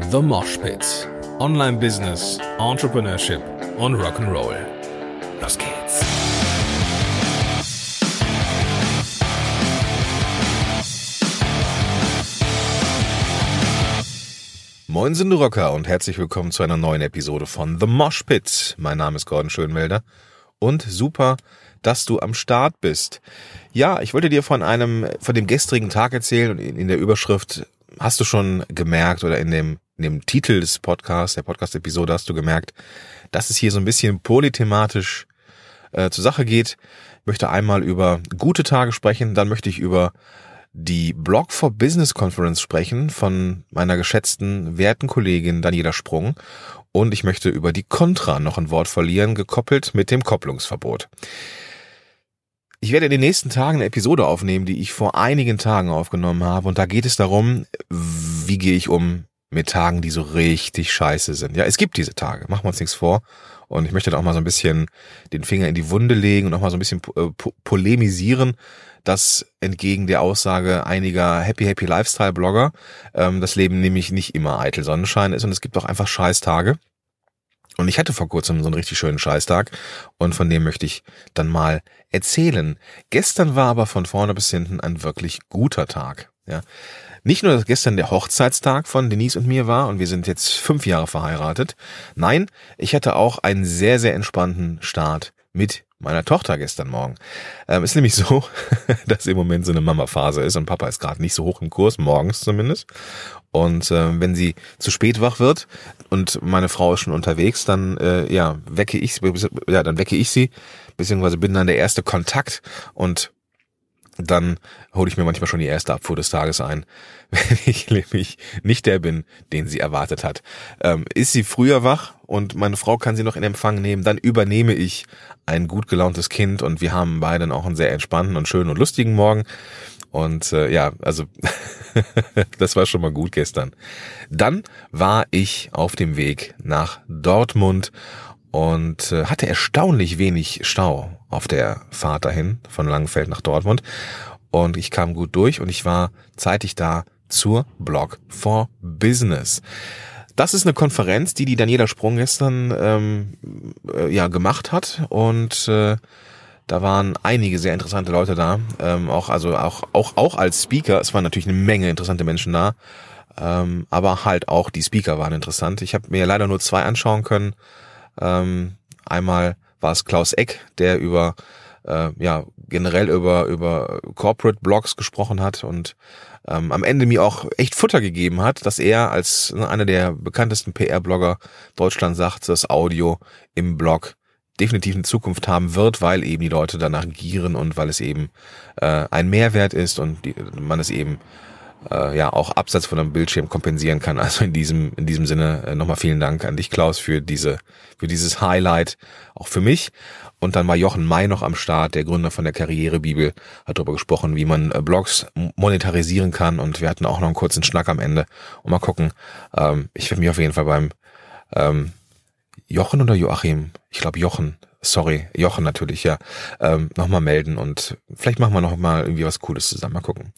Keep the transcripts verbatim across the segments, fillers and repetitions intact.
The Mosh Pit. Online Business, Entrepreneurship und Rock'n'Roll. Los geht's. Moin sind du Rocker und herzlich willkommen zu einer neuen Episode von The Mosh Pit. Mein Name ist Gordon Schönwelder und super, dass du am Start bist. Ja, ich wollte dir von einem, von dem gestrigen Tag erzählen und in der Überschrift hast du schon gemerkt oder in dem, in dem Titel des Podcasts, der Podcast-Episode hast du gemerkt, dass es hier so ein bisschen polythematisch äh, zur Sache geht. Ich möchte einmal über gute Tage sprechen, dann möchte ich über die Blog for Business Conference sprechen von meiner geschätzten, werten Kollegin Daniela Sprung und ich möchte über die Contra noch ein Wort verlieren, gekoppelt mit dem Kopplungsverbot. Ich werde in den nächsten Tagen eine Episode aufnehmen, die ich vor einigen Tagen aufgenommen habe und da geht es darum, wie gehe ich um mit Tagen, die so richtig scheiße sind. Ja, es gibt diese Tage, machen wir uns nichts vor und ich möchte da auch mal so ein bisschen den Finger in die Wunde legen und auch mal so ein bisschen po- polemisieren, dass entgegen der Aussage einiger Happy-Happy-Lifestyle-Blogger ähm, das Leben nämlich nicht immer eitel Sonnenschein ist und es gibt auch einfach Scheißtage. Und ich hatte vor kurzem so einen richtig schönen Scheißtag und von dem möchte ich dann mal erzählen. Gestern war aber von vorne bis hinten ein wirklich guter Tag. Ja, nicht nur, dass gestern der Hochzeitstag von Denise und mir war und wir sind jetzt fünf Jahre verheiratet. Nein, ich hatte auch einen sehr, sehr entspannten Start mit meiner Tochter gestern Morgen. Ähm, ist nämlich so, dass im Moment so eine Mama-Phase ist und Papa ist gerade nicht so hoch im Kurs, morgens zumindest. Und äh, wenn sie zu spät wach wird und meine Frau ist schon unterwegs, dann äh, ja wecke ich ja dann wecke ich sie, beziehungsweise bin dann der erste Kontakt und dann hole ich mir manchmal schon die erste Abfuhr des Tages ein, wenn ich nämlich nicht der bin, den sie erwartet hat. Ähm, ist sie früher wach und meine Frau kann sie noch in Empfang nehmen, dann übernehme ich ein gut gelauntes Kind und wir haben beide auch einen sehr entspannten und schönen und lustigen Morgen. Und äh, ja, also das war schon mal gut gestern. Dann war ich auf dem Weg nach Dortmund und äh, hatte erstaunlich wenig Stau auf der Fahrt dahin von Langenfeld nach Dortmund und ich kam gut durch und ich war zeitig da zur Blog for Business. Das ist eine Konferenz, die die Daniela Sprung gestern ähm, äh, ja gemacht hat und äh, da waren einige sehr interessante Leute da, ähm, auch also auch auch auch als Speaker. Es waren natürlich eine Menge interessante Menschen da, ähm, aber halt auch die Speaker waren interessant. Ich habe mir leider nur zwei anschauen können. Ähm, einmal war es Klaus Eck, der über äh, ja generell über über Corporate Blogs gesprochen hat und ähm, am Ende mir auch echt Futter gegeben hat, dass er als ne, einer der bekanntesten P R-Blogger Deutschlands sagt, dass Audio im Blog definitiv eine Zukunft haben wird, weil eben die Leute danach gieren und weil es eben äh, ein Mehrwert ist und die, man es eben äh, ja auch abseits von einem Bildschirm kompensieren kann. Also in diesem in diesem Sinne äh, nochmal vielen Dank an dich, Klaus, für diese für dieses Highlight, auch für mich. Und dann war Jochen May noch am Start, der Gründer von der Karrierebibel, hat darüber gesprochen, wie man äh, Blogs monetarisieren kann und wir hatten auch noch einen kurzen Schnack am Ende. Und mal gucken, ähm, ich werde mich auf jeden Fall beim ähm, Jochen oder Joachim? Ich glaube Jochen. Sorry, Jochen natürlich, ja. Ähm, nochmal melden und vielleicht machen wir noch mal irgendwie was Cooles zusammen. Mal gucken.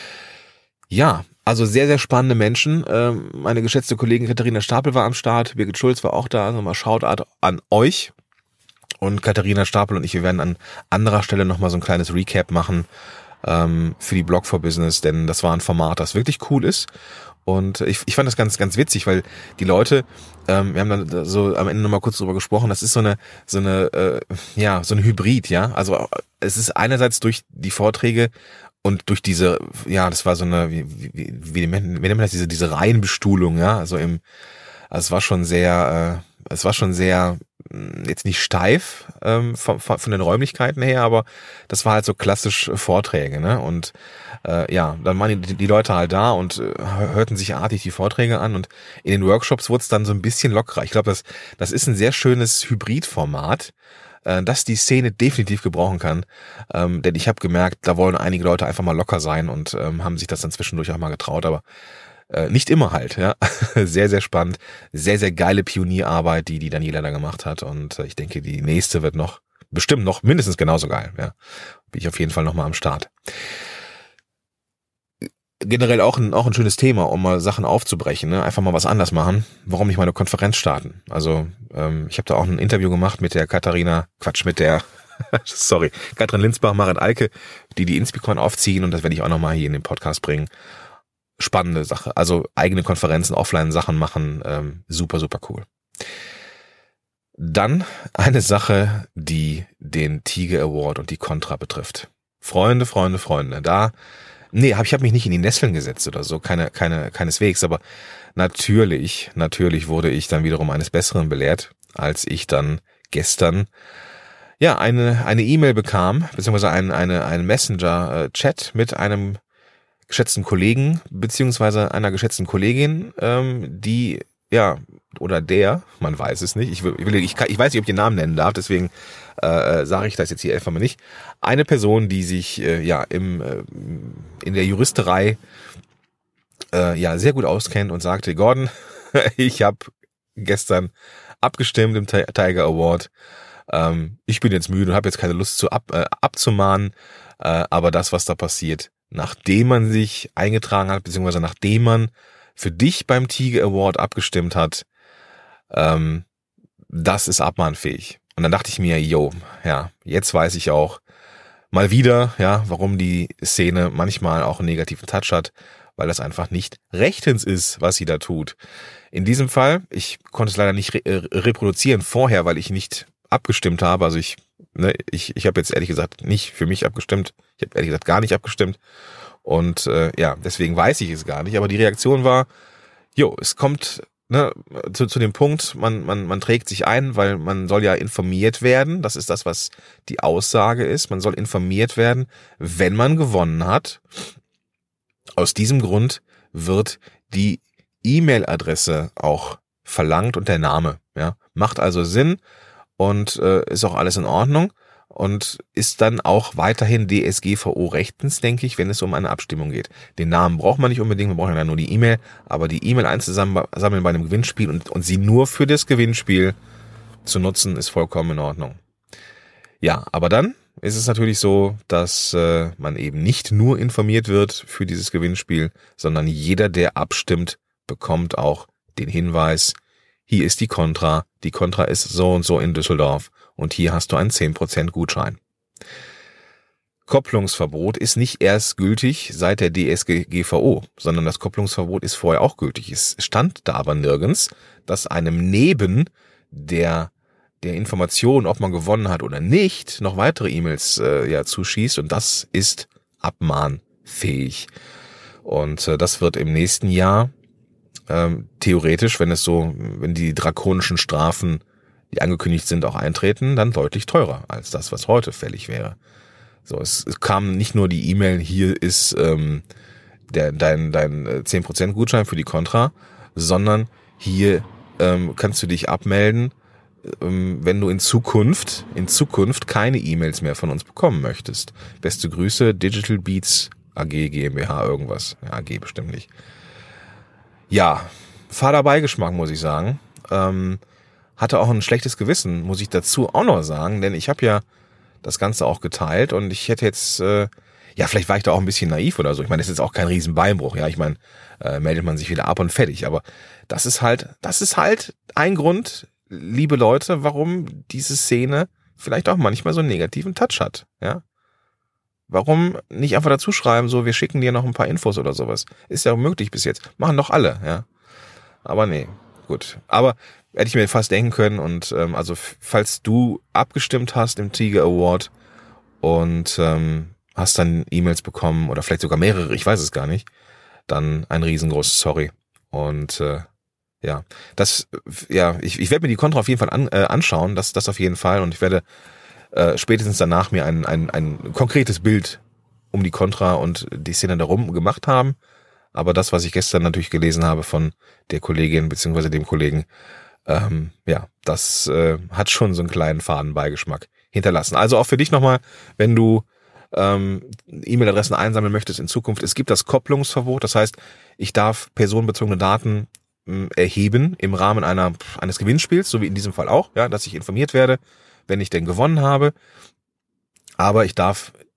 Ja, also sehr, sehr spannende Menschen. Ähm, meine geschätzte Kollegin Katharina Stapel war am Start. Birgit Schulz war auch da. Nochmal Shoutout an euch. Und Katharina Stapel und ich, wir werden an anderer Stelle nochmal so ein kleines Recap machen ähm, für die Blog for Business, denn das war ein Format, das wirklich cool ist. Und ich, ich fand das ganz, ganz witzig, weil die Leute, ähm, wir haben dann so am Ende nochmal kurz drüber gesprochen, das ist so eine, so eine, äh, ja, so ein Hybrid, ja. Also es ist einerseits durch die Vorträge und durch diese, ja, das war so eine, wie, wie, wie, wie nennt man das, diese, diese Reihenbestuhlung, ja. Also im, also es war schon sehr, äh, es war schon sehr, jetzt nicht steif ähm, von, von den Räumlichkeiten her, aber das war halt so klassisch Vorträge, ne? Und äh, ja, dann waren die, die Leute halt da und äh, hörten sich artig die Vorträge an und in den Workshops wurde es dann so ein bisschen lockerer. Ich glaube, das das ist ein sehr schönes Hybridformat, äh, das die Szene definitiv gebrauchen kann, ähm, denn ich habe gemerkt, da wollen einige Leute einfach mal locker sein und ähm, haben sich das dann zwischendurch auch mal getraut, aber Äh, nicht immer halt, ja. Sehr, sehr spannend. Sehr, sehr geile Pionierarbeit, die die Daniela da gemacht hat. Und äh, ich denke, die nächste wird noch, bestimmt noch mindestens genauso geil, ja. Bin ich auf jeden Fall nochmal am Start. generell auch ein, auch ein schönes Thema, um mal Sachen aufzubrechen, ne? Einfach mal was anders machen. Warum nicht mal eine Konferenz starten? Also ähm, ich habe da auch ein Interview gemacht mit der Katharina, Quatsch, mit der, sorry, Katrin Linsbach, Marit Alke, die die Inspicon aufziehen und das werde ich auch nochmal hier in den Podcast bringen. Spannende Sache. Also eigene Konferenzen, Offline-Sachen machen, ähm, super, super cool. Dann eine Sache, die den Tiger Award und die Contra betrifft. Freunde, Freunde, Freunde, da Nee, hab, ich habe mich nicht in die Nesseln gesetzt oder so, keine, keine, keineswegs, aber natürlich, natürlich wurde ich dann wiederum eines Besseren belehrt, als ich dann gestern, ja, eine, eine E-Mail bekam, beziehungsweise ein, eine, ein Messenger-Chat mit einem geschätzten Kollegen, beziehungsweise einer geschätzten Kollegin, ähm, die, ja, oder der, man weiß es nicht, ich will, ich, will, ich, kann, ich weiß nicht, ob ich den Namen nennen darf, deswegen äh, sage ich das jetzt hier einfach mal nicht. Eine Person, die sich äh, ja im äh, in der Juristerei äh, ja sehr gut auskennt und sagte, Gordon, ich habe gestern abgestimmt im Tiger Award. Ähm, ich bin jetzt müde und habe jetzt keine Lust zu ab, äh, abzumahnen, äh, aber das, was da passiert, nachdem man sich eingetragen hat, beziehungsweise nachdem man für dich beim Tiger Award abgestimmt hat, ähm, das ist abmahnfähig. Und dann dachte ich mir, yo, ja, jetzt weiß ich auch mal wieder, ja, warum die Szene manchmal auch einen negativen Touch hat, weil das einfach nicht rechtens ist, was sie da tut. In diesem Fall, ich konnte es leider nicht re- reproduzieren vorher, weil ich nicht abgestimmt habe. Also ich, ne, ich, ich habe jetzt ehrlich gesagt nicht für mich abgestimmt. Ich habe ehrlich gesagt gar nicht abgestimmt. Und äh, ja, deswegen weiß ich es gar nicht. Aber die Reaktion war, jo, es kommt ne, zu, zu dem Punkt, man, man, man trägt sich ein, weil man soll ja informiert werden. Das ist das, was die Aussage ist. Man soll informiert werden, wenn man gewonnen hat. Aus diesem Grund wird die E-Mail-Adresse auch verlangt und der Name. Ja, macht also Sinn und äh, ist auch alles in Ordnung. Und ist dann auch weiterhin D S G V O rechtens, denke ich, wenn es um eine Abstimmung geht. Den Namen braucht man nicht unbedingt, wir brauchen ja nur die E-Mail, aber die E-Mail einzusammeln bei einem Gewinnspiel und, und sie nur für das Gewinnspiel zu nutzen, ist vollkommen in Ordnung. Ja, aber dann ist es natürlich so, dass äh, man eben nicht nur informiert wird für dieses Gewinnspiel, sondern jeder, der abstimmt, bekommt auch den Hinweis, hier ist die Contra, die Contra ist so und so in Düsseldorf. Und hier hast du einen zehn Prozent Gutschein. Kopplungsverbot ist nicht erst gültig seit der D S G V O, sondern das Kopplungsverbot ist vorher auch gültig. Es stand da aber nirgends, dass einem neben der der Information, ob man gewonnen hat oder nicht, noch weitere E-Mails äh, ja zuschießt. Und das ist abmahnfähig. Und äh, das wird im nächsten Jahr ähm, theoretisch, wenn es so, wenn die drakonischen Strafen die angekündigt sind, auch eintreten, dann deutlich teurer als das, was heute fällig wäre. So, es, es kam nicht nur die E-Mail, hier ist ähm, der, dein, dein zehn Prozent Gutschein für die Contra, sondern hier ähm, kannst du dich abmelden, ähm, wenn du in Zukunft, in Zukunft keine E-Mails mehr von uns bekommen möchtest. Beste Grüße, Digital Beats A G GmbH irgendwas. Ja, A G bestimmt nicht. Ja, fader Beigeschmack, muss ich sagen. Ähm, hatte auch ein schlechtes Gewissen, muss ich dazu auch noch sagen, denn ich habe ja das Ganze auch geteilt und ich hätte jetzt, äh, ja, vielleicht war ich da auch ein bisschen naiv oder so. Ich meine, das ist jetzt auch kein Riesenbeinbruch, ja. Ich meine, äh, meldet man sich wieder ab und fertig. Aber das ist halt, das ist halt ein Grund, liebe Leute, warum diese Szene vielleicht auch manchmal so einen negativen Touch hat, ja. Warum nicht einfach dazu schreiben, so, wir schicken dir noch ein paar Infos oder sowas. Ist ja möglich bis jetzt. Machen doch alle, ja. Aber nee, gut. Aber hätte ich mir fast denken können und ähm, also falls du abgestimmt hast im Tiger Award und ähm, hast dann E-Mails bekommen oder vielleicht sogar mehrere, ich weiß es gar nicht, dann ein riesengroßes Sorry. Und äh, ja, das, ja, ich, ich werde mir die Contra auf jeden Fall an, äh, anschauen, das, das auf jeden Fall und ich werde äh, spätestens danach mir ein, ein, ein konkretes Bild um die Contra und die Szene darum gemacht haben. Aber das, was ich gestern natürlich gelesen habe von der Kollegin beziehungsweise dem Kollegen, Ähm, ja, das äh, hat schon so einen kleinen Fadenbeigeschmack hinterlassen. Also auch für dich nochmal, wenn du ähm, E-Mail-Adressen einsammeln möchtest in Zukunft, es gibt das Kopplungsverbot, das heißt, ich darf personenbezogene Daten äh, erheben im Rahmen einer eines Gewinnspiels, so wie in diesem Fall auch, ja, dass ich informiert werde, wenn ich denn gewonnen habe. Aber ich darf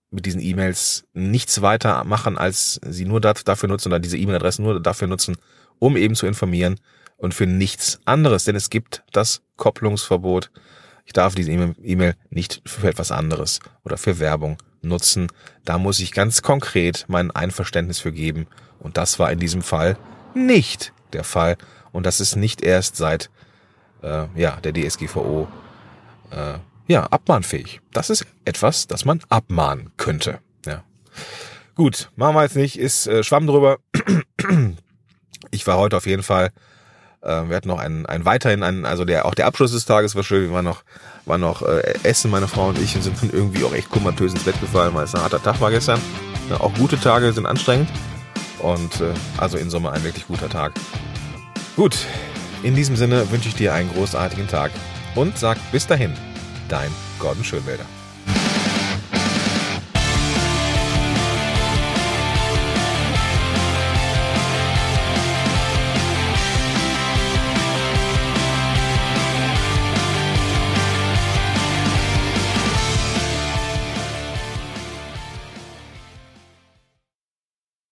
mit diesen E-Mails nichts weiter machen, als sie nur dafür nutzen oder diese E-Mail-Adressen nur dafür nutzen, um eben zu informieren und für nichts anderes. Denn es gibt das Kopplungsverbot. Ich darf diese E-Mail nicht für etwas anderes oder für Werbung nutzen. Da muss ich ganz konkret mein Einverständnis für geben. Und das war in diesem Fall nicht der Fall. Und das ist nicht erst seit äh, ja, der D S G V O äh, ja, abmahnfähig. Das ist etwas, das man abmahnen könnte. Ja. Gut, machen wir jetzt nicht, ist äh, Schwamm drüber. Ich war heute auf jeden Fall, äh, wir hatten noch einen, einen weiterhin, einen, also der auch der Abschluss des Tages war schön, wir waren noch, waren noch äh, essen, meine Frau und ich, und sind dann irgendwie auch echt komatös ins Bett gefallen, weil es ein harter Tag war gestern. Ja, auch gute Tage sind anstrengend und äh, also in Summe ein wirklich guter Tag. Gut, in diesem Sinne wünsche ich dir einen großartigen Tag und sag bis dahin. Dein Gordon Schönwälder.